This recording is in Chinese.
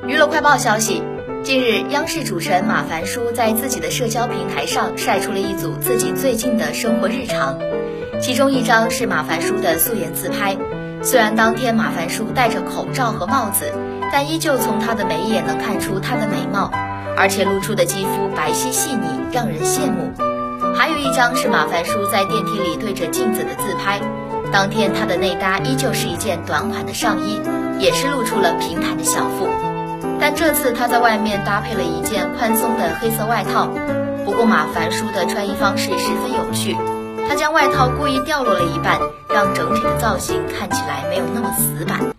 娱乐快报消息，近日，央视主持人马凡舒在自己的社交平台上晒出了一组自己最近的生活日常，其中一张是马凡舒的素颜自拍。虽然当天马凡舒戴着口罩和帽子，但依旧从她的眉眼能看出她的美貌，而且露出的肌肤白皙细腻，让人羡慕。还有一张是马凡舒在电梯里对着镜子的自拍，当天她的内搭依旧是一件短款的上衣，也是露出了平坦的小腹。但这次她在外面搭配了一件宽松的黑色外套，不过马凡舒的穿衣方式十分有趣，她将外套故意掉落了一半，让整体的造型看起来没有那么死板。